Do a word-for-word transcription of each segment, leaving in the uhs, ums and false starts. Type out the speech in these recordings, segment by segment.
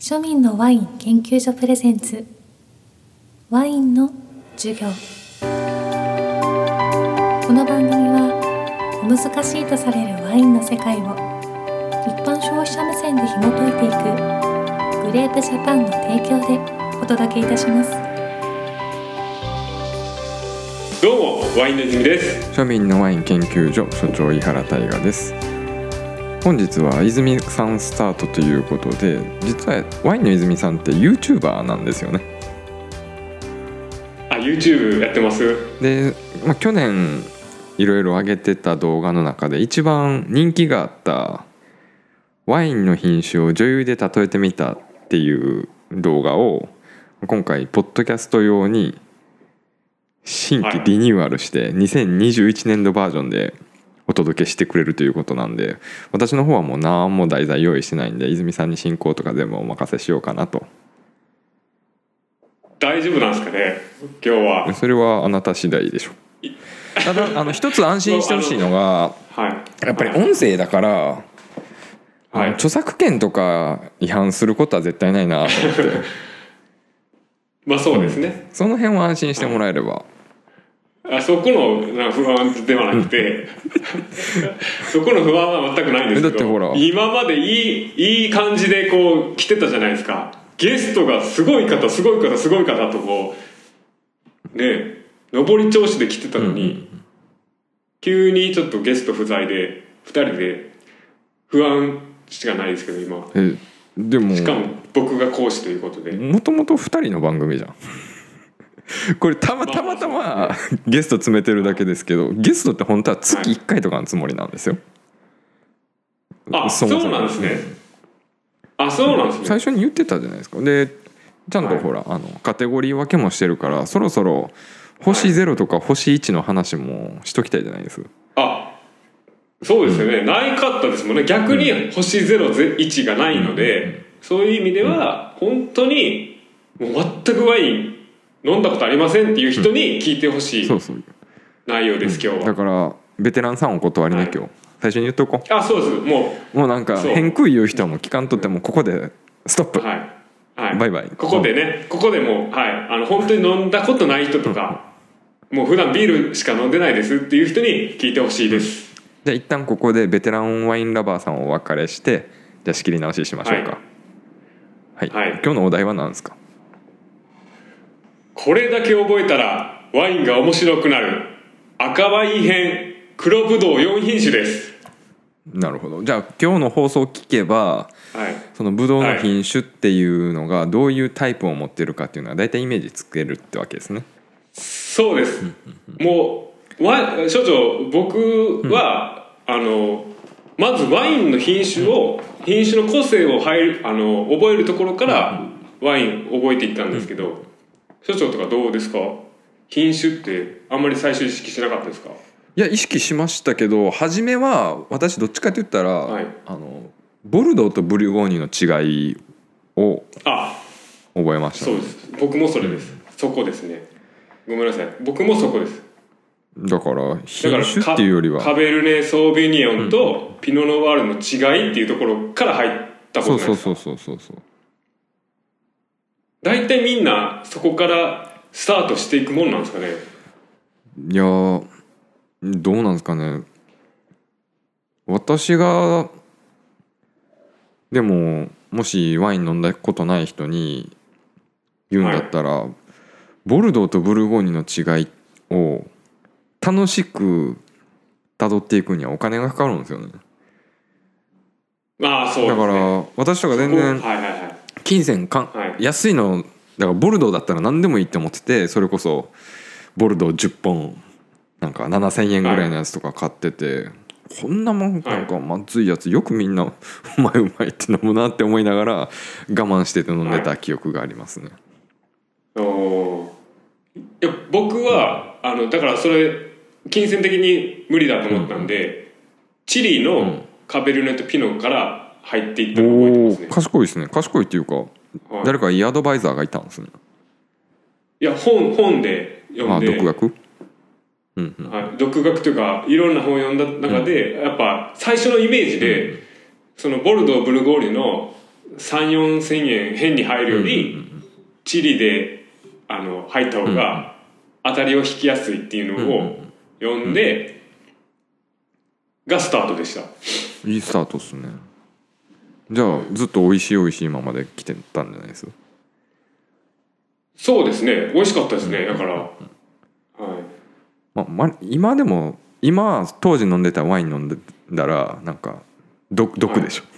庶民のワイン研究所プレゼンツワインの授業。この番組は小難しいとされるワインの世界を一般消費者目線で紐解いていくグレープジャパンの提供でお届けいたします。 どうもワインの泉です。 庶民のワイン研究所所長井原大我です。本日は泉さんスタートということで、実はワインの泉さんって YouTuber なんですよね。 あ、YouTube やってます。 で、まあ、去年いろいろ上げてた動画の中で一番人気があったワインの品種を女優で例えてみたっていう動画を今回ポッドキャスト用に新規リニューアルしてにせんにじゅういちねんどバージョンでお届けしてくれるということなんで、私の方はもう何も題材用意してないんで、泉さんに進行とか全部お任せしようかなと。 大丈夫なんですかね今日は。 それはあなた次第でしょ。ただあの一つ安心してほしいのが、 はい、 やっぱり音声だから、はい、著作権とか違反することは絶対ないなと思ってまあそうですね、 うん、その辺は安心してもらえれば、はいあそこの不安ではなくてそこの不安は全くないんですけど、だってほら今までいい、いい感じでこう来てたじゃないですか。ゲストがすごい方すごい方すごい方とこうね上り調子で来てたのに、うん、急にちょっとゲスト不在でふたりで不安しかないですけど今。 えでもしかも僕が講師ということで、 もともとふたりの番組じゃんこれたまたまたまゲスト詰めてるだけですけど、ゲストって本当は月いっかいとかのつもりなんですよ。 あ、そうなんですね。あ、そうなんですね。 最初に言ってたじゃないですか。でちゃんとほら、はい、あのカテゴリー分けもしてるから、そろそろ星ゼロとか星いちの話もしときたいじゃないですか。 あ、そうですよね、うん、ないかったですもんね。逆に星ゼロ、いちがないので、うん、そういう意味では本当にもう全くワイン飲んだことありませんっていう人に聞いてほしい内容です、今日は。 だからベテランさんお断りね、はい、今日最初に言っとこう。 あ、そうです。もうもうなんか変空言う人はもう聞かんとってもここでストップ、 はいはい、 バイバイ。 ここでね、ここでもう、はい、あの本当に飲んだことない人とかもう普段ビールしか飲んでないですっていう人に聞いてほしいです。 うん、じゃあ一旦ここでベテランワインラバーさんをお別れして、じゃあ仕切り直ししましょうか。はい、はいはい、今日のお題は何ですか？ これだけ覚えたらワインが面白くなる赤ワイン編黒ぶどうよん品種です。 なるほど。じゃあ今日の放送を聞けば、はい、そのぶどうの品種っていうのがどういうタイプを持ってるかっていうのは大体イメージつけるってわけですね。 そうです。もうワ所長僕は、うん、あのまずワインの品種を、うん、品種の個性を入るあの覚えるところからワイン覚えていったんですけど、うん、所長とかどうですか？品種ってあんまり最初意識しなかったですか？ いや意識しましたけど、初めは私どっちかって言ったら、はい、あのボルドーとブルゴーニュの違いを覚えました、ね。 そうです。僕もそれです、うん、そこですね。ごめんなさい、僕もそこです。 だから品種っていうよりはカベルネ・ソービニョンとピノ・ノワールの違いっていうところから入ったことないですか？ そうそうそうそうそう。 大体みんなそこからスタートしていくもんなんですかね。 いやどうなんですかね。私がでももしワイン飲んだことない人に言うんだったら、はい、ボルドーとブルゴーニュの違いを楽しく辿っていくにはお金がかかるんですよね。 ああ、そうですね。 だから私とか全然金銭か、はい、安いのだからボルドーだったら何でもいいって思ってて、それこそボルドーじゅっぽんなんかななせんえんぐらいのやつとか買ってて、はい、こんなもんなんかまずいやつよくみんなうまいうまいって飲むなって思いながら我慢してて飲んでた記憶がありますね。 はい、おいや僕は、うん、あのだからそれ金銭的に無理だと思ったんで、うん、チリのカベルネとピノから入っていったのを覚えてますね。 賢いですね。賢いっていうか、はい、誰かいいアドバイザーがいたんですね。 いや 本, 本で読んで、 あ独学、うんうん、 はい、独学というかいろんな本を読んだ中で、うん、やっぱ最初のイメージで、うん、そのボルドーブルゴーニュのさん、よんせんえん変に入るより、うんうんうん、チリであの入った方が当たりを引きやすいっていうのを読んで、うんうん、がスタートでした。 いいスタートっすね。じゃあずっと美味しい美味しいままで来てたんじゃないですか。 そうですね、美味しかったですね。だから、はい、 まま、今でも今当時飲んでたワイン飲んでたらなんか毒毒でしょ、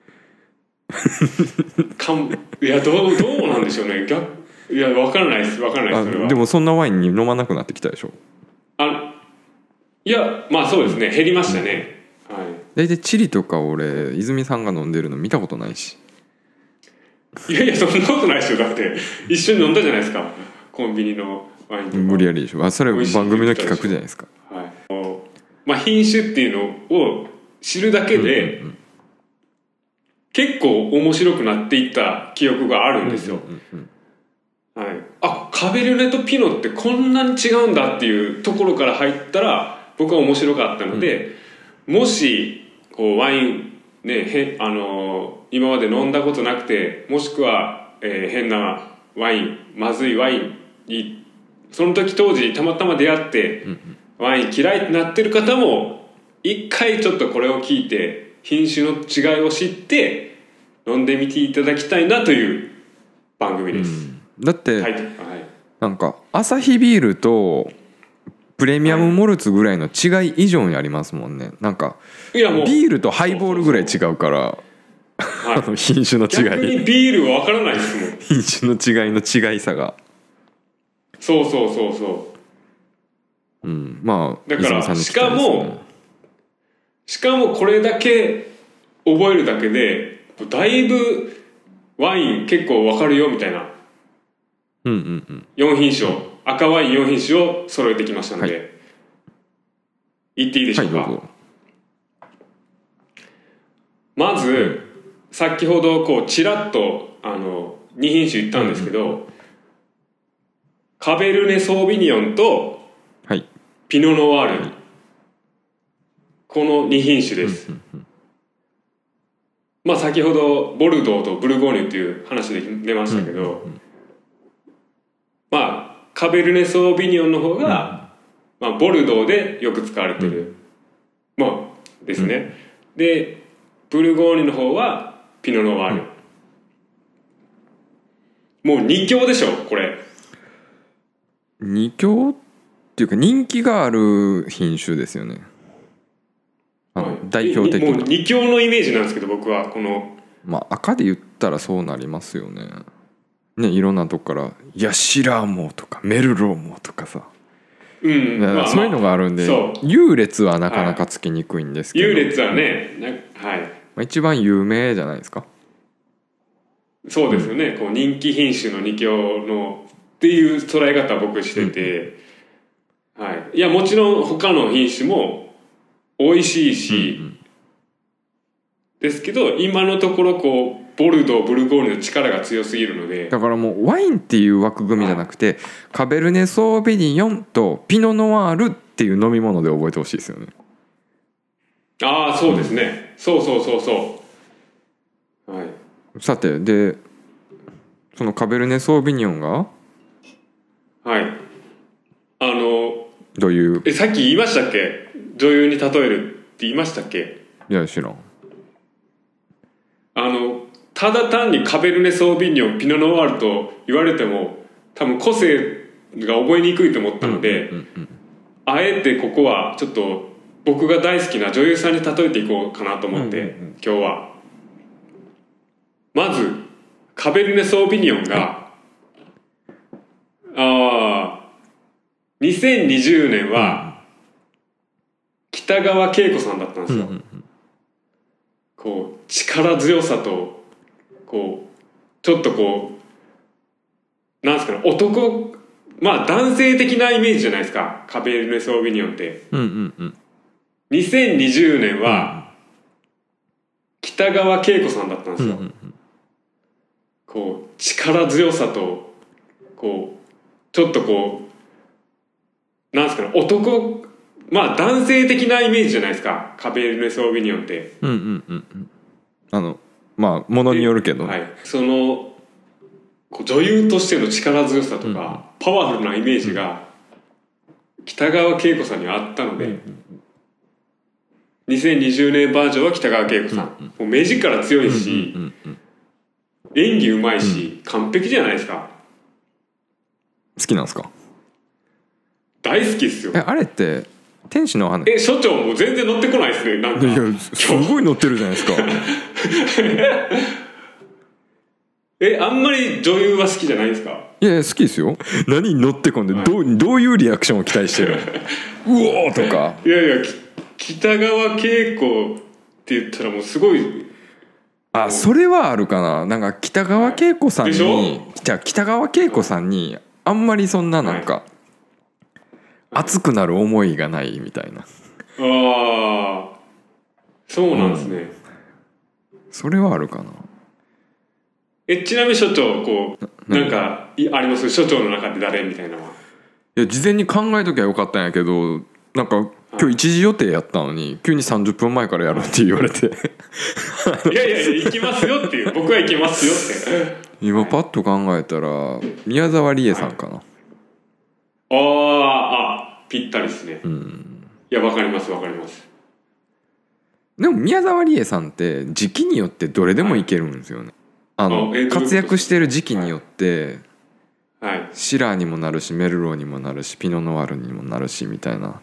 はい、かんいやどうどうなんでしょうね。逆いや分からないです分からないですそれは。 でもそんなワインに飲まなくなってきたでしょ。 あいやまあそうですね、減りましたね、うん、はい。 大体チリとか俺泉さんが飲んでるの見たことないし。 いやいやそんなことないですよ。だって一緒に飲んだじゃないですか、コンビニのワインとか。無理やりでしょ。あそれ番組の企画じゃないですか。 はい、まあ、品種っていうのを知るだけで、うんうんうん、結構面白くなっていった記憶があるんですよ、うんうんうん、はい、あカベルネとピノってこんなに違うんだっていうところから入ったら僕は面白かったので、うん、もしこうワインね、へあのー、今まで飲んだことなくてもしくは、えー、変なワインまずいワインにその時当時たまたま出会って、うんうん、ワイン嫌いってなってる方も一回ちょっとこれを聞いて品種の違いを知って飲んでみていただきたいなという番組です、うん、 だって、はいはい、なんかアサヒビールとプレミアムモルツぐらいの違い以上にありますもんね。なんかビールとハイボールぐらい違うからはい、あの品種の違い、 逆にビールは分からないですもん品種の違いの違いさが。 そうそうそうそう、 うん、まあだからしかもしかもこれだけ覚えるだけでだいぶワイン結構分かるよみたいな、 うんうんうん、 よん品種を赤ワインよん品種を揃えてきましたので、はい、言っていいでしょうか、はい、どうぞ。まず、うん、先ほどこうちらっとあのに品種言ったんですけど、うん、カベルネ・ソービニオンとピノ・ノワール、はい、このに品種です、うんうんうん、まあ先ほどボルドーとブルゴーニュっていう話で出ましたけど、うんうんうん、まあカベルネ・ソービニオンの方が、うんまあ、ボルドーでよく使われてる、うん、まあですね、うん、でブルゴーニュの方はピノ・ノワール、うん、もうに強でしょこれ。 に強っていうか人気がある品種ですよね。あの、はい、代表的なもうに強のイメージなんですけど僕はこのまあ赤で言ったらそうなりますよね。ね、いろんなとこからヤシラーモとかメルローモとかさ、 うんまあ、 そういうのがあるんで、まあ、優劣はなかなかつきにくいんですけど、 はい、優劣はねはい、まあ、一番有名じゃないですか。 そうですよね、うん、こう人気品種のに強のっていう捉え方は僕してて、うんはい、いやもちろん他の品種も美味しいし、うんうん、ですけど今のところこうボルドーブルゴーニュの力が強すぎるので、 だからもうワインっていう枠組みじゃなくて、はい、カベルネ・ソービニオンとピノ・ノワールっていう飲み物で覚えてほしいですよね。 ああそうですね、うん、そうそうそうそう、はい、 さてでそのカベルネ・ソービニオンがはいあのどういうえさっき言いましたっけ、女優に例えるって言いましたっけ。 いや知らん。 あのただ単にカベルネ・ソービニョンピノ・ノワールと言われても多分個性が覚えにくいと思ったので、うんうんうんうん、あえてここはちょっと僕が大好きな女優さんに例えていこうかなと思って、うんうんうん、今日はまずカベルネ・ソービニョンがあにせんにじゅうねんは北川景子さんだったんですよ、うんうんうん、こう力強さとこうちょっとこうなんですかね男まあ男性的なイメージじゃないですかカベルネ・ソービニョンって、 うんうんうん、 にせんにじゅうねんは北川景子さんだったんですよ、うんうんうん、こう力強さとこうちょっとこうなんですかね男まあ男性的なイメージじゃないですかカベルネ・ソービニョンって、 うんうんうんうん、あのまあものによるけど、 はい、そのこう女優としての力強さとか、うん、パワフルなイメージが北川景子さんにはあったので、うん、にせんにじゅうねんバージョンは北川景子さん、うん、もう目力強いし、うんうんうん、演技うまいし、うん、完璧じゃないですか。 好きなんですか？ 大好きっすよ。 え、あれって天使の花、 え、所長も全然乗ってこないですね。なんかいやすごい乗ってるじゃないですかえ、あんまり女優は好きじゃないですか？ いやいや好きですよ。何乗ってこんで、はい、どう、どういうリアクションを期待してるうおーとか。 いやいや北川景子って言ったらもうすごい。 あ、それはあるかな。なんか北川景子さんに、じゃあ北川景子さんにあんまりそんななんか、はい、熱くなる思いがないみたいな。 ああ、そうなんですね、うん、 それはあるかな。 え、ちなみに所長こう な, なんかあります？所長の中で誰みたいなのは。 いや事前に考えときゃよかったんやけど、なんか今日一時予定やったのに急にさんじゅっぷんまえからやるって言われていやいやいや行きますよっていう、僕は行きますよって今パッと考えたら宮沢りえさんかな、はい、 ああ、ぴったりですね、うん、いやわかりますわかります。 でも宮沢りえさんって時期によってどれでもいけるんですよね、はい、あのあ活躍してる時期によって、はい、シラーにもなるしメルローにもなるしピノノワールにもなるしみたいな。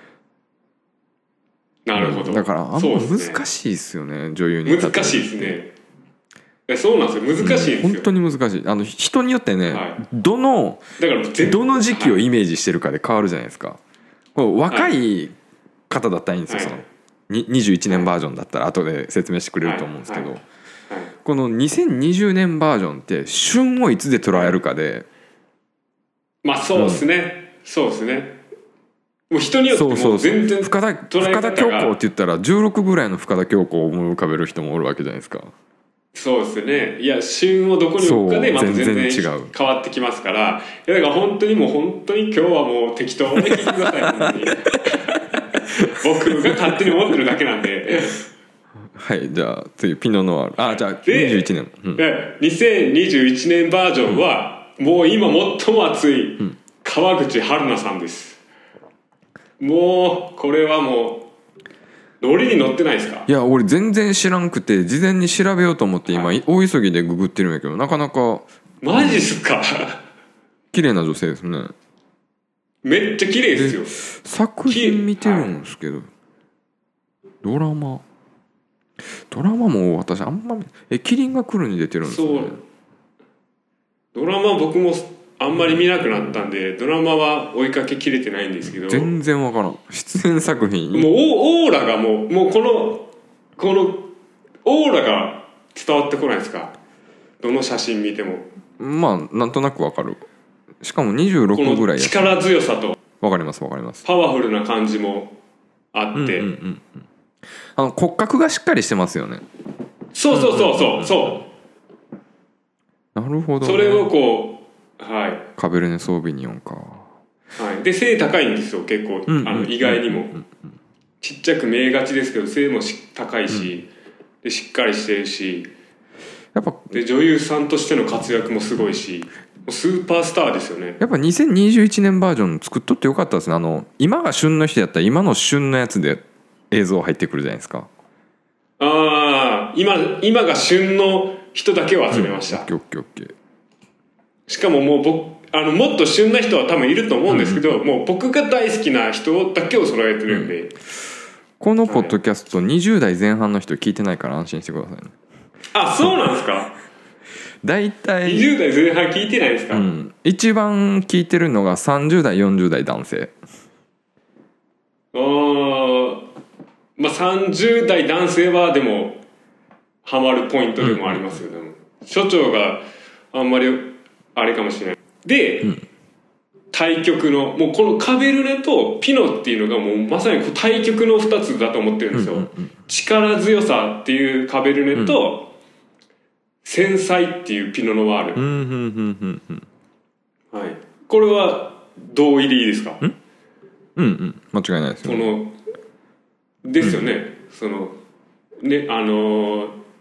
なるほど。 だからあんま難しいですよね、女優に。 難しいですね。え、そうなんですよ、難しいんですよ、うん、 本当に難しい。あの人によってね、はい、どのだからどの時期をイメージしてるかで変わるじゃないですか。こう若い方だったらいいんですよ、はい、そのにじゅういちねんバージョンだったら後で説明してくれると思うんですけど、はいはいはい、このにせんにじゅうねんバージョンって旬をいつで捉えるかで、 まあそうですね、うん、そうですね。もう人によってもう全然深田深田恭子って言ったらじゅうろくぐらいの深田恭子を思い浮かべる人もおるわけじゃないですか。 そうですね。いや旬をどこに置くかでまた全然変わってきますから。いやだから本当にもう本当に今日はもう適当に聞いてください本当に僕が勝手に思ってるだけなんではい、じゃあ次ピノノワール。あ、じゃあにじゅういちねん、 うん、にせんにじゅういちねんバージョンは、うん、もう今最も熱い川口春奈さんです。もうこれはもうノリに乗ってないですか？ いや俺全然知らんくて事前に調べようと思って今、はい、大急ぎでググってるんやけどなかなか。 マジっすか？ 綺麗な女性ですね。 めっちゃ綺麗ですよ。 作品見てるんですけど、はい、ドラマドラマも私あんまえキリンが来るに出てるんですよね。そうドラマ僕もあんまり見なくなったんでドラマは追いかけきれてないんですけど、 全然わからん。出演作品もうオーラがもうもうこのこのオーラが伝わってこないですか？どの写真見ても。 まあなんとなくわかる。しかもにじゅうろくぐらいやし、 力強さとわかりますわかります。 パワフルな感じもあって、うんうんうん、 あの骨格がしっかりしてますよね。 そうそうそうそうそう、 なるほど、ね、 それをこうはい、 カベルネ・ソービニョンか、 はい、で背高いんですよ結構、うんうん、あの意外にも、うんうん、ちっちゃく見えがちですけど背も高いし、うん、でしっかりしてるしやっぱで女優さんとしての活躍もすごいしスーパースターですよね。 やっぱにせんにじゅういちねんバージョン作っとってよかったですね。あの今が旬の人やったら今の旬のやつで映像入ってくるじゃないですか。 ああ 今, 今が旬の人だけを集めました、うん、オッケーオッケーオッケー。しかももう僕あのもっと旬な人は多分いると思うんですけど、うん、もう僕が大好きな人だけを揃えてるんで、うん、 このポッドキャストにじゅう代前半の人聞いてないから安心してくださいね。 あ、そうなんですか？ だいたいにじゅう代前半聞いてないですか？ うん、一番聞いてるのがさんじゅう代よんじゅう代男性。 あー、まあさんじゅう代男性はでもハマるポイントでもありますよね、うん、所長があんまりあれかもしれないで、うん、対極のもうこのカベルネとピノっていうのがもうまさにこう対極のふたつだと思ってるんですよ、うんうんうん、力強さっていうカベルネと、うん、繊細っていうピノノワール、うんうんうんうん、はい、これは同意でいいですか？ うんうんうん間違いないですよ、ね、 このですよね、うん、そのねあのー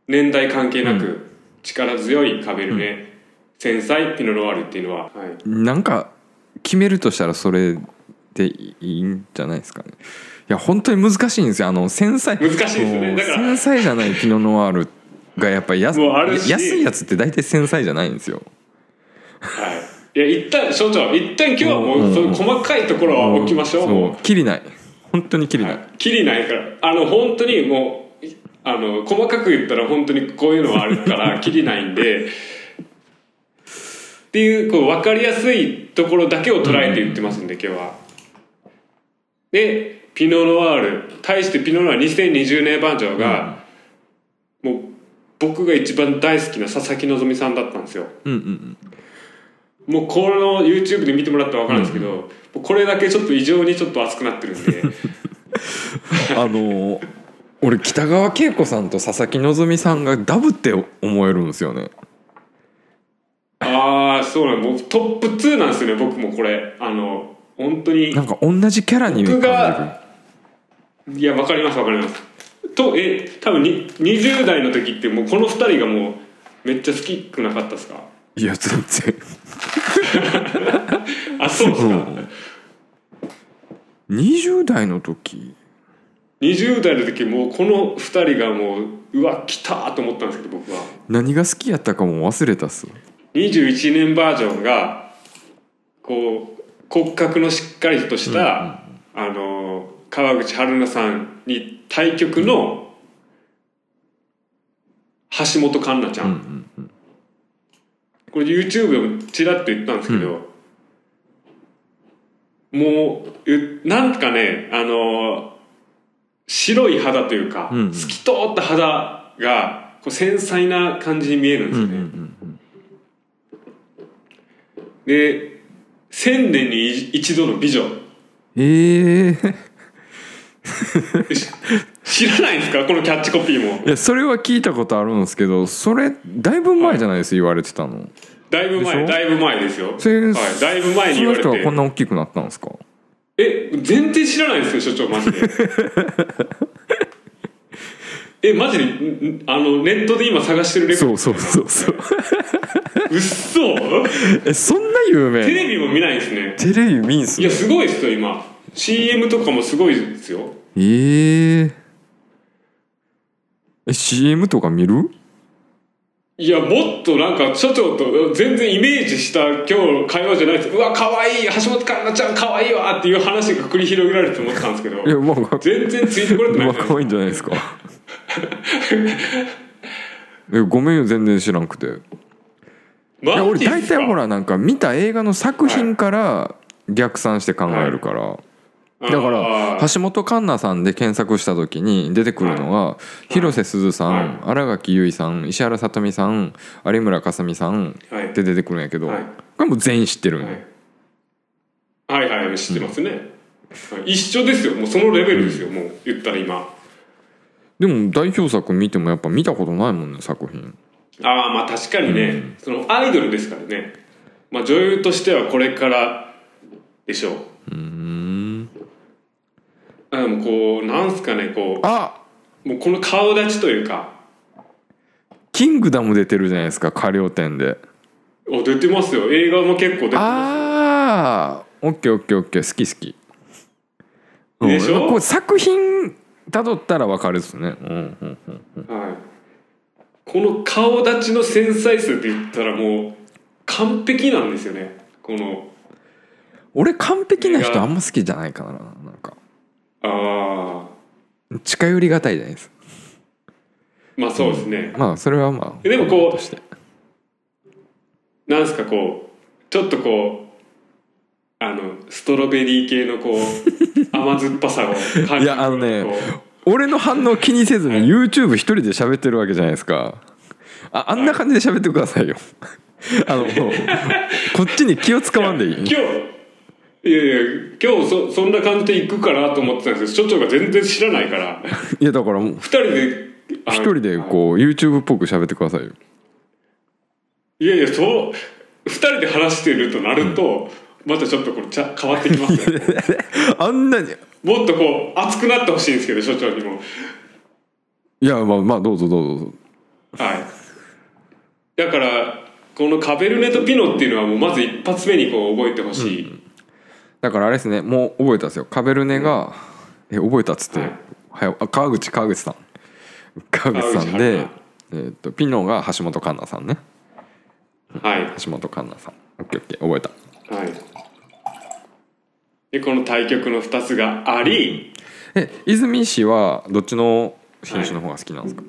年代関係なく、うん、力強いカベルネ、うん、繊細ピノノワールっていうのは、はい、 なんか決めるとしたらそれでいいんじゃないですかね。いや本当に難しいんですよ。あの繊細難しいですね。だから繊細じゃないピノノワールがやっぱり安いやつって大体繊細じゃないんですよ。 はい。いや一旦所長一旦今日はもうその細かいところは置きましょう。もうキリない本当にキリない、 はい、キリないからあの本当にもうあの細かく言ったら本当にこういうのはあるからキリないんでっていう、こう分かりやすいところだけを捉えて言ってますんで今日は。でピノノワール対してピノノワールにせんにじゅうねんバージョンが、うん、もう僕が一番大好きな佐々木希さんだったんですよ、 うんうんうん、もうこの YouTube で見てもらったら分かるんですけど、うん、これだけちょっと異常にちょっと熱くなってるんであの俺北川景子さんと佐々木希さんがダブって思えるんですよね。 ああそうなんもうトップツーなんですよね僕もこれあの本当になんか同じキャラに感じる。僕がいや分かります分かりますとえ多分ににじゅう代の時ってもうこのふたりがもうめっちゃ好きくなかったですか？ いや全然あそうですか、うん、 にじゅう代の時にじゅう代の時もうこのふたりがもううわ来たと思ったんですけど僕は何が好きやったかも忘れたっす。 にじゅういちねんバージョンがこう骨格のしっかりとした、うんうん、あの川口春奈さんに対局の橋本環奈ちゃん、うんうんうん、これ YouTube でもちらっと言ったんですけど、うん、もうなんかねあの白い肌というか、うんうん、透き通った肌がこう繊細な感じに見えるんですよね、うんうんうんうん、で千年に一度の美女。 えー、 知らないんですかこのキャッチコピーも。 いやそれは聞いたことあるんですけどそれだいぶ前じゃないです、はい、言われてたの。 だいぶ前だいぶ前ですよ、はい、だいぶ前に言われて。 その人はこんな大きくなったんですか？ え全然知らないですよ所長マジでえマジであのネットで今探してるレベル。 そうそうそうそううっそえそんな有名？ テレビも見ないんですね。 テレビ見んすね。 いやすごいですよ今 シーエム とかもすごいですよ。 えー、え シーエム とか見る？ いやもっとなんか所長と全然イメージした今日の会話じゃないです。うわ可愛い橋本環奈ちゃん可愛いわっていう話が繰り広げられると思ったんですけどいや、まあ、全然ついてこれてない。 まあ可愛いんじゃないですかえごめんよ全然知らんくて。いや俺大体ほらなんか見た映画の作品から逆算して考えるから、はい、だから橋本環奈さんで検索した時に出てくるのは、はい、広瀬すずさん、はい、新垣結衣さん、石原さとみさん、有村架純さんって出てくるんやけど、はい、これも全員知ってるんよ、 はい、はいはい知ってますね、うん、一緒ですよもうそのレベルですよ、うん、もう言ったら今。 でも代表作見てもやっぱ見たことないもんね作品。 ああまあ確かにね、うん、そのアイドルですからね、まあ、女優としてはこれからでしょう。うーんあでもこうなんすかねこうあもうこの顔立ちというかキングダム出てるじゃないですか河亮店で。 あ出てますよ映画も結構出てますよ。 ああオッケーオッケーオッケー好き好きでしょ、 うん、こう作品たどったら分かるですね、うんうんうんうん、 はいこの顔立ちの繊細さって言ったらもう完璧なんですよね。この俺完璧な人あんま好きじゃないかな。なんかああ近寄りがたいじゃないですか。 まあそうですね、 うん、まあそれはまあでもこうなんすかこうちょっとこうあのストロベリー系のこう甘酸っぱさを感じる。 いやあのね俺の反応気にせずに YouTube 一人で喋ってるわけじゃないですか。あ、あんな感じで喋ってくださいよあのこっちに気を使わんでいい。 今日いやいや今日 そ, そんな感じで行くかなと思ってたんですけど所長が全然知らないからいやだからもうふたりで一人でこう YouTube っぽく喋ってくださいよ。 いやいやそうふたりで話してるとなると、うん、またちょっとこれちゃ変わってきますよあんなにもっとこう熱くなってほしいんですけど所長にも。 いやまあまあどうぞどうぞ。 はいだからこのカベルネとピノっていうのはもうまず一発目にこう覚えてほしい、うん、 だからあれですね、もう覚えたんですよ。カベルネが、うん、え覚えたっつって、はいはい、あ川口川口さん川口さんで、えー、とピノが橋本環奈さんね。 はい橋本環奈さん。オッケーオッケー覚えた。 はいでこの対局のふたつがあり、 え泉氏はどっちの品種の方が好きなんですか？はい、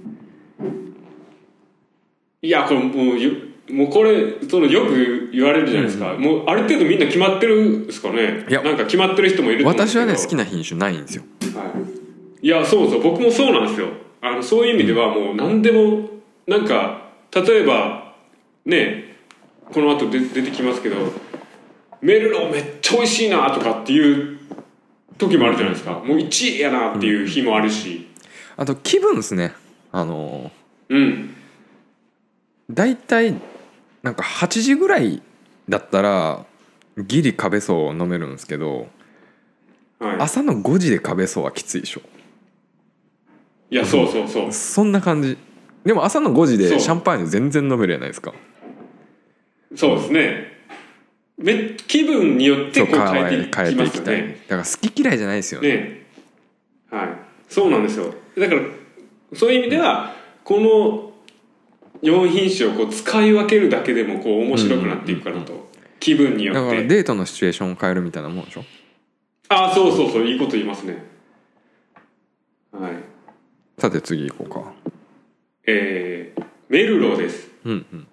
いやこれもうもうこれそのよく言われるじゃないですか、うん、もうある程度みんな決まってるんですかね。いやなんか決まってる人もいると思うんですけど、 私はね好きな品種ないんですよ。 はい、いやそうそう僕もそうなんですよ。あのそういう意味ではもう何でもなんか例えばねこの後で出てきますけどメルローめっちゃ美味しいなとかっていう時もあるじゃないですか。もういちいやなっていう日もあるし、 あと気分ですね。あのうんだいたいなんかはちじぐらいだったらギリカベソウ飲めるんですけど、はい、朝のごじでカベソウはきついでしょ。 いやそうそうそうそんな感じ。でも朝のごじでシャンパーニュ全然飲めるじゃないですか。 そうですね。め気分によってこう変えていきますよね。 だから好き嫌いじゃないですよね。 ね、はい、そうなんですよ。だからそういう意味ではこのよん品種をこう使い分けるだけでもこう面白くなっていくかなと、うんうんうん、気分によって。 だからデートのシチュエーションを変えるみたいなもんでしょ。 ああそうそうそういいこと言いますね。はい。 さて次行こうか。 えー、メルローです。 うんうん。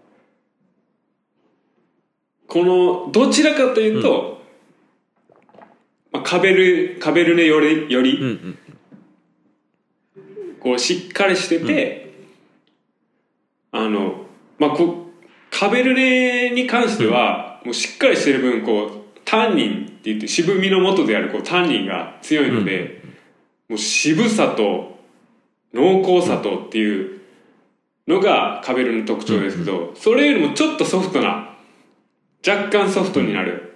このどちらかというと、うんまあ、カベルカベルネよりより、うんうん、こうしっかりしてて、うん、あのまあこカベルネに関しては、うん、もうしっかりしてる分こうタンニンって言って渋みの元であるこうタンニンが強いので、うん、もう渋さと濃厚さとっていうのがカベルネの特徴ですけど、うん、それよりもちょっとソフトな若干ソフトになる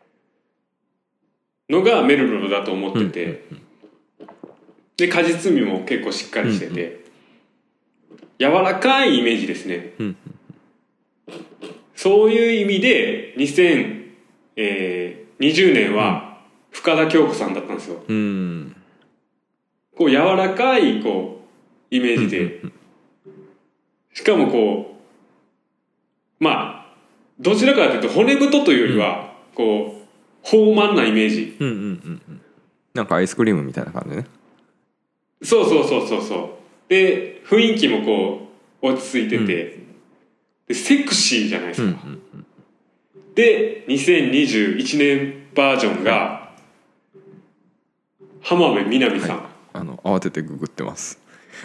のがメルローだと思ってて、で果実味も結構しっかりしてて柔らかいイメージですね。そういう意味でにせんにじゅうねんは深田恭子さんだったんですよ。こう柔らかいこうイメージで、しかもこうまあどちらかというと骨太というよりはこう豊満なイメージ、 うんうんうんうん、なんかアイスクリームみたいな感じね。 そうそうそうそうそうで雰囲気もこう落ち着いてて、うん、でセクシーじゃないですか、うんうんうん、でにせんにじゅういちねんバージョンが浜辺美波さん、はい、 あの慌ててググってます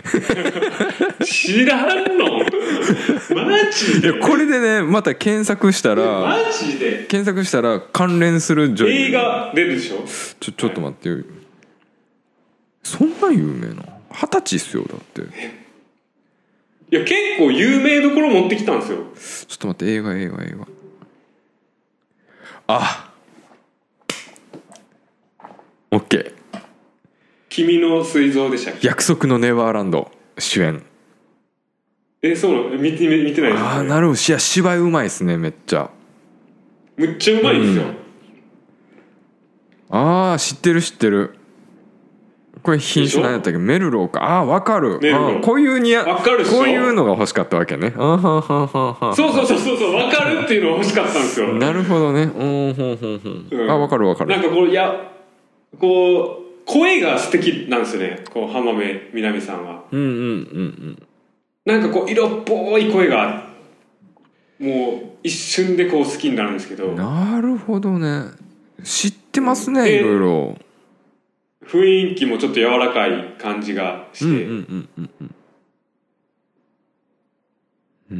知らんのマジで。 いやこれでねまた検索したらマジで検索したら関連する女優映画出るでしょ。 ちょちょっと待ってよ、はい、そんな有名な二十歳っすよだって。 いや結構有名どころ持ってきたんですよ。 ちょっと待って映画映画映画あオッケー君の膵臓でしたっけ。 約束のネバーランド主演。 えそうなの見て見てないです、ね、 ああなるほど。いや芝居うまいですねめっちゃ。 めっちゃうまいんですよ、 うん、ああ知ってる知ってる。これ品種何やったっけ。メルローか。ああ分かる。あこういうにや分かるこういうのが欲しかったわけね。あははははそうそうそうそうそう分かるっていうのが欲しかったんですよ。 なるほどね。うんほんほんほん、うん、あ分かる分かる。 なんかこういやこう声が素敵なんですよねこう浜辺美波さんは。 うんうんうんうんなんかこう色っぽい声がもう一瞬でこう好きになるんですけど。 なるほどね知ってますねいろいろ。 雰囲気もちょっと柔らかい感じがして、うんうんうんうんうん、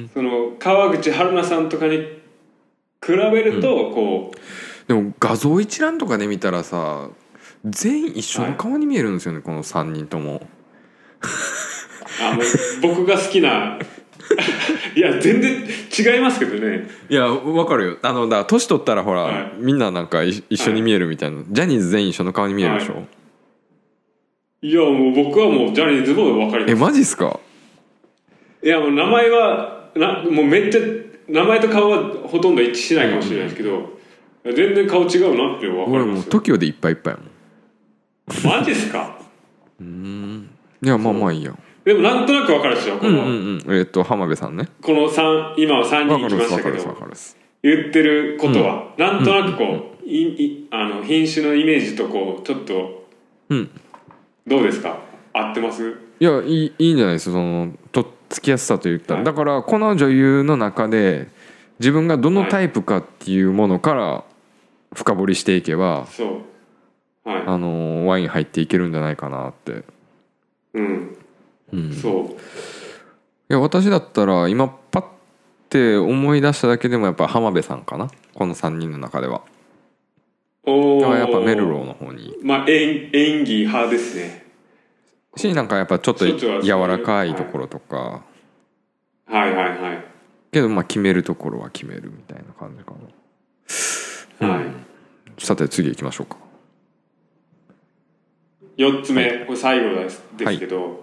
その川口春奈さんとかに比べるとこう、うん、でも画像一覧とかで見たらさ全員一緒の顔に見えるんですよね、はい、このさんにんともあもう僕が好きないや全然違いますけどね。 いや分かるよ。あのだ年取ったらほら、はい、みんななんか一緒に見えるみたいな、はい、ジャニーズ全員一緒の顔に見えるでしょ、はい、 いやもう僕はもうジャニーズも分かります。 えマジっすか。 いやもう名前はなもうめっちゃ名前と顔はほとんど一致しないかもしれないですけど、うん、全然顔違うなって分かりますよ。 俺もう トキオ でいっぱいいっぱいやもんマジっすかうーんいやまあまあいいや。 でもなんとなく分かるでしょこの、 うんうんうん、えっ、ー、と浜辺さんね。 このさん今はさんにん来ましたけど言ってることは、うん、なんとなくこう、うんうんいいあの品種のイメージとこうちょっと、うん、どうですか合ってます？ いやいい、いいんじゃないですかそのとっつきやすさと言ったら、はい、だからこの女優の中で自分がどのタイプかっていうものから深掘りしていけば、はいそうはい、あのワイン入っていけるんじゃないかなってうん、うん、そういや私だったら今パッて思い出しただけでもやっぱ浜辺さんかなこのさんにんの中では。おやっぱメルローの方にまあ演, 演技派ですねしなんかやっぱちょっと柔らかいところとか、はい、はいはいはいけどまあ決めるところは決めるみたいな感じかな、はい、うん、さて次行きましょうか。 よっつめ、はい、これ最後ですですけど、はい、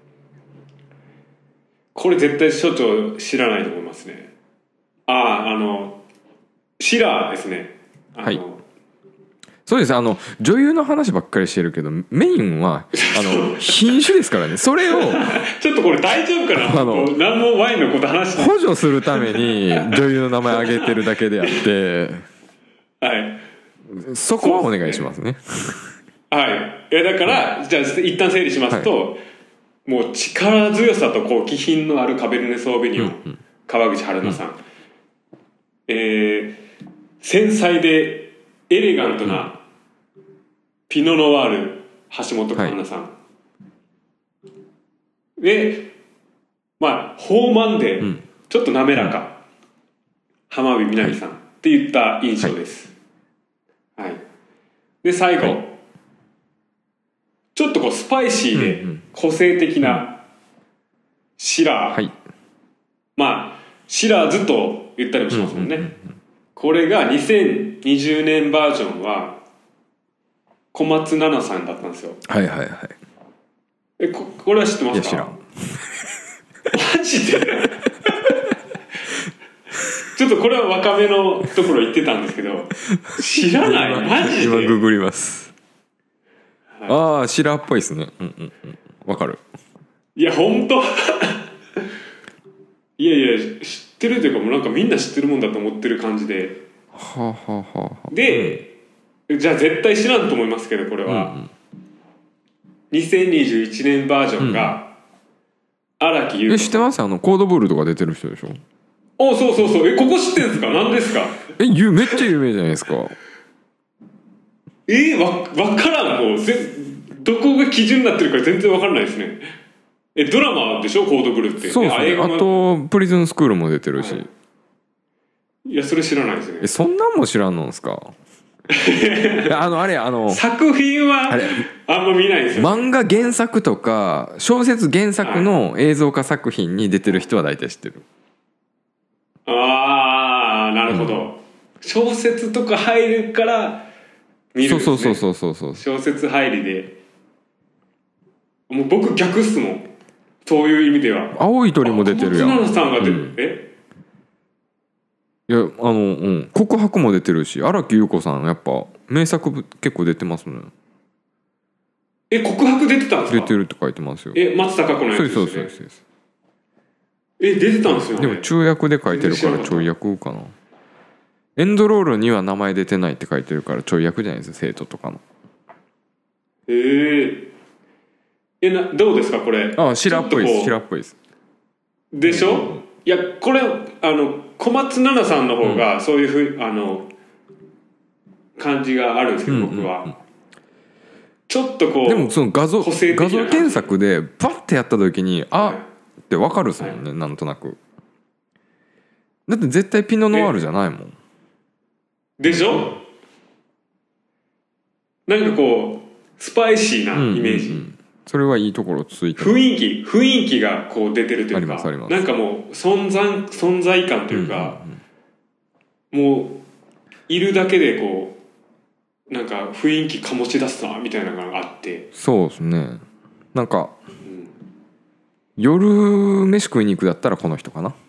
これ絶対所長知らないと思いますね。あああのシラーですね。あのはいそうですあの女優の話ばっかりしてるけどメインはあの品種ですからね。それをちょっとこれ大丈夫かなあの何もワインのこと話して補助するために女優の名前挙げてるだけであってはいそこはお願いしますね。 はいいやだから、うん、じゃあ一旦整理しますと、はい、もう力強さとこう気品のあるカベルネ・ソーベニオン、うんうん、川口春奈さん、うん、えー、繊細でエレガントな、うんピノノワール橋本環奈さん、はい、でまあ豊満でちょっと滑らか、うん、浜辺美波さんっていった印象です、はいはい、で最後、はい、ちょっとこうスパイシーで個性的なシラー、はい、まあシラーズと言ったりもしますもんね、うんうんうんうん、これがにせんにじゅうねんバージョンは小松菜奈さんだったんですよ。 はいはいはい。 え こ, これは知ってますか？ いや知らん。 マジでちょっとこれは若めのところ言ってたんですけど知らないマジで今ググります、はい、ああシラーっぽいですね。うんうんうんわかる。 いや本当いやいや知ってるというかもうなんかみんな知ってるもんだと思ってる感じではあはあはあで、うんじゃあ絶対知らんと思いますけどこれは、うんうん、にせんにじゅういちねんバージョンが荒木優子、 え知ってますあのコードブルとか出てる人でしょ。 おそうそうそうえここ知ってるんですか何ですかえめっちゃ有名じゃないですか。 えー、わ分からんもうぜどこが基準になってるか全然分からないですね。えドラマでしょコードブルって。 そうですね あ, あとプリズンスクールも出てるし、はい、 いやそれ知らないですね。 えそんなんも知らんのんすかあのあれあの作品は あ, あんま見ないですよ。 漫画原作とか小説原作の映像化作品に出てる人は大体知ってる。 ああなるほど、うん、小説とか入るから見るんですね。 そうそうそうそうそう小説入りでもう僕逆っすもんそういう意味では。 青い鳥も出てるやん。 小松菜奈さんが出る、うん、えいやあの、うん、告白も出てるし荒木優子さんやっぱ名作結構出てますね。 え告白出てたんですか？ 出てるって書いてますよ。 え松たか子のやつですね。 そうそうそうそうえ出てたんですよね。 でも中訳で書いてるからちょい訳かな。エンドロールには名前出てないって書いてるからちょい訳じゃないですよ生徒とかの。 へええなどうですかこれ。 あ白っぽいです白っぽいですでしょ、うん、いやこれあの小松菜奈さんの方がそういうふう、うん、あの感じがあるんですけど、うんうんうん、僕はちょっとこうでもその画像画像検索でパッてやった時にあ、はい、って分かるっすもんね、はい、なんとなく。だって絶対ピノノワールじゃないもんでしょ。なんかこうスパイシーなイメージ、うんうんうん、 それはいいところついて雰囲気雰囲気がこう出てるというかなんかもう存在存在感というか、うんうんうん、もういるだけでこうなんか雰囲気醸し出すなみたいなのがあって。 そうですねなんか、うん、 夜飯食いに行くだったらこの人かな。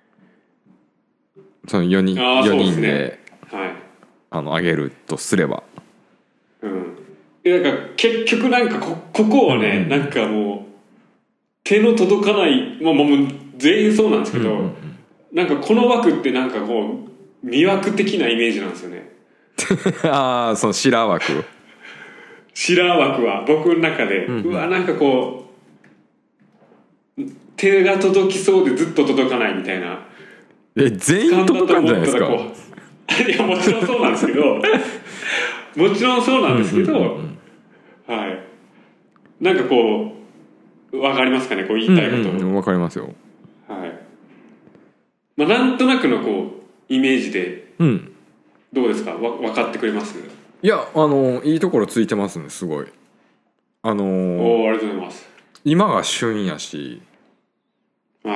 そのよにん、 あよにんそうでですね、はい、 あのあげるとすれば、 うん、なんか結局なんか こ, ここはね、うん、なんかもう手の届かない、まあ、もう全員そうなんですけど、うんうんうん、なんかこの枠ってなんかこう魅惑的なイメージなんですよねああ、その白枠白枠は僕の中で、うんうん、うわなんかこう手が届きそうでずっと届かないみたいな。 え全員届かんじゃないですか。 いやもちろんそうなんですけどもちろんそうなんですけど、うんうんうんうん、はい、なんかこう分かりますかね、こう言いたいこと。 うんうん、分かりますよ。 はい、まあ、なんとなくのこうイメージで、うん、どうですか、わ分かってくれます？ いや、あのいいところついてますね、すごい。あのー、 おー、ありがとうございます。今が旬やし、 はい、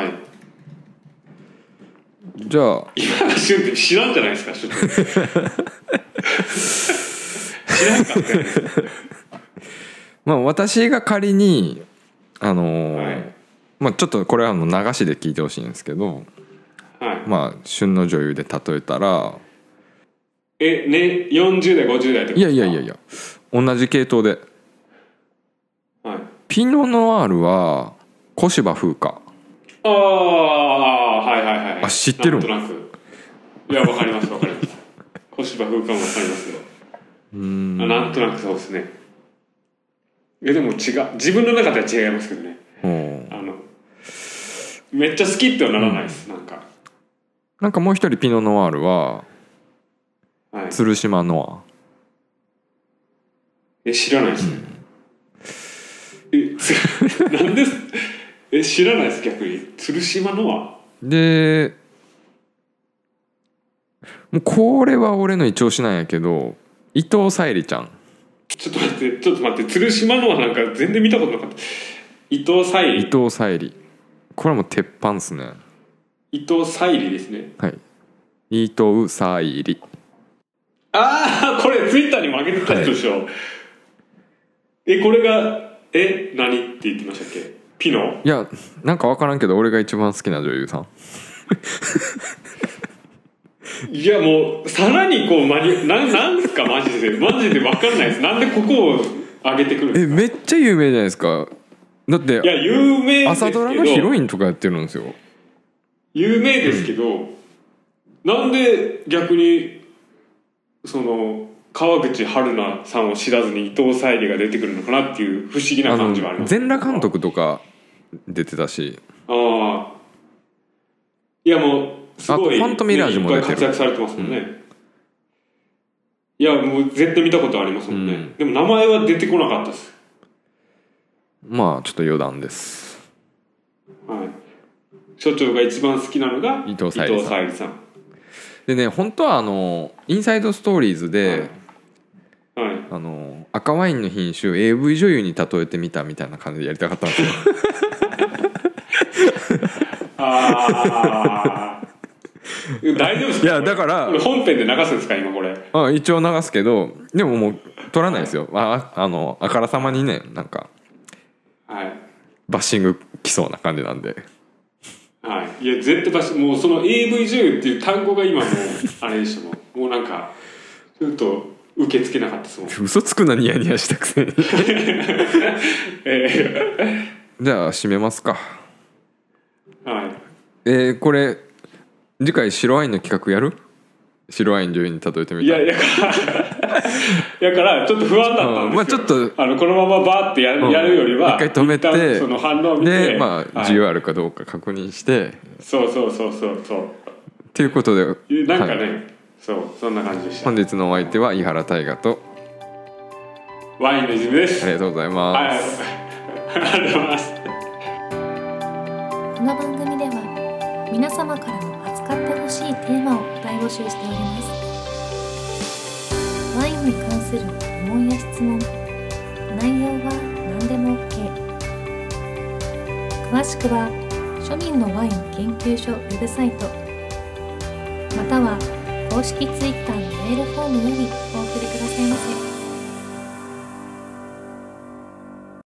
じゃあ今が旬って知らんじゃないですか知らんかったよねまあ私が仮にあのーはい、まあちょっとこれはもう流しで聞いてほしいんですけど、はい、まあ旬の女優で例えたらえねよんじゅう代ごじゅう代ってことですか？ いやいやいやいや同じ系統で、 はい、 ピノノワールは小芝風花。 ああ、はいはいはい。 あ、知ってるの？ なんとなく。いや、わかりますわかります。小芝風花もわかりますよ。うーん。あ、なんとなくそうですね。いやでも違う、自分の中では違いますけどね。あのめっちゃ好きってはならないです、うん、なんか。 なんかもう一人ピノノワールは、はい、鶴島ノア。 え、知らないですね。うん、え、なんですえ、知らないです逆に。鶴島ノアで、もうこれは俺の一押しなんやけど、伊藤沙莉ちゃん。 ちょっと待ってちょっと待って鶴島ノアなんか全然見たことなかった。伊藤沙莉。 伊藤沙莉。これはもう鉄板っすね。 伊藤沙莉ですね。 はい。伊藤沙莉。 ああ、これツイッターにも上げてた人でしょ、はい、え、これがえ何って言ってましたっけ？ピノ？ いや、なんか分からんけど俺が一番好きな女優さんいやもうさらにこうマニななんすかマジでマジで分かんないです。なんでここを上げてくるんですか？ え、めっちゃ有名じゃないですか。だっていや有名ですけど、 朝ドラのヒロインとかやってるんですよ。 有名ですけど、うん、なんで逆にその川口春奈さんを知らずに伊藤沙莉が出てくるのかなっていう不思議な感じはあります。 全裸監督とか出てたし、 ああ、いやもうすごい、 あとファントミラージュも出てる、 活躍されてますもんね、うん、いやもう絶対見たことありますもんね、うん、でも名前は出てこなかったです。 まあちょっと余談です。 はい、所長が一番好きなのが伊藤沙莉さんでね、本当はあのインサイドストーリーズで、 はいはい、 あの赤ワインの品種 エーブイ 女優に例えてみたみたいな感じでやりたかったんですよああ大丈夫ですか？ いやだから本編で流すんですか今これ？ あ、一応流すけどでももう撮らないですよ、はい、あ, あのあからさまにねなんか、 はい、 バッシング来そうな感じなんで、 はい、いや絶対バッシング、もうその エーブイ 女優っていう単語が今もうあれでしたもんもうなんかちょっと受け付けなかったですもん。 嘘つくなニヤニヤしたくせに、えー、じゃあ締めますか。 はい。 えー、これ次回白ワインの企画やる？白ワイン女優に例えてみた。 いやいやだからちょっと不安だったんですよ、うん、まあ、ちょっとあのこのままバーってやる、うん、やるよりは一回止めてその反応を見てで、まあ、自由あるかどうか確認して、はい、 そうそうそうそうそうっていうことでなんかね、はい、そうそんな感じでした。 本日のお相手は井原大我とワインの泉です。 ありがとうございます、はい、 ありがとうございます。 この番組では皆様からの扱ってほしいテーマを大募集しております。ワインに関する疑問や質問、内容は何でも OK。 詳しくは庶民のワイン研究所ウェブサイトまたは公式ツイッターのメールフォームよりお送りくださいませ。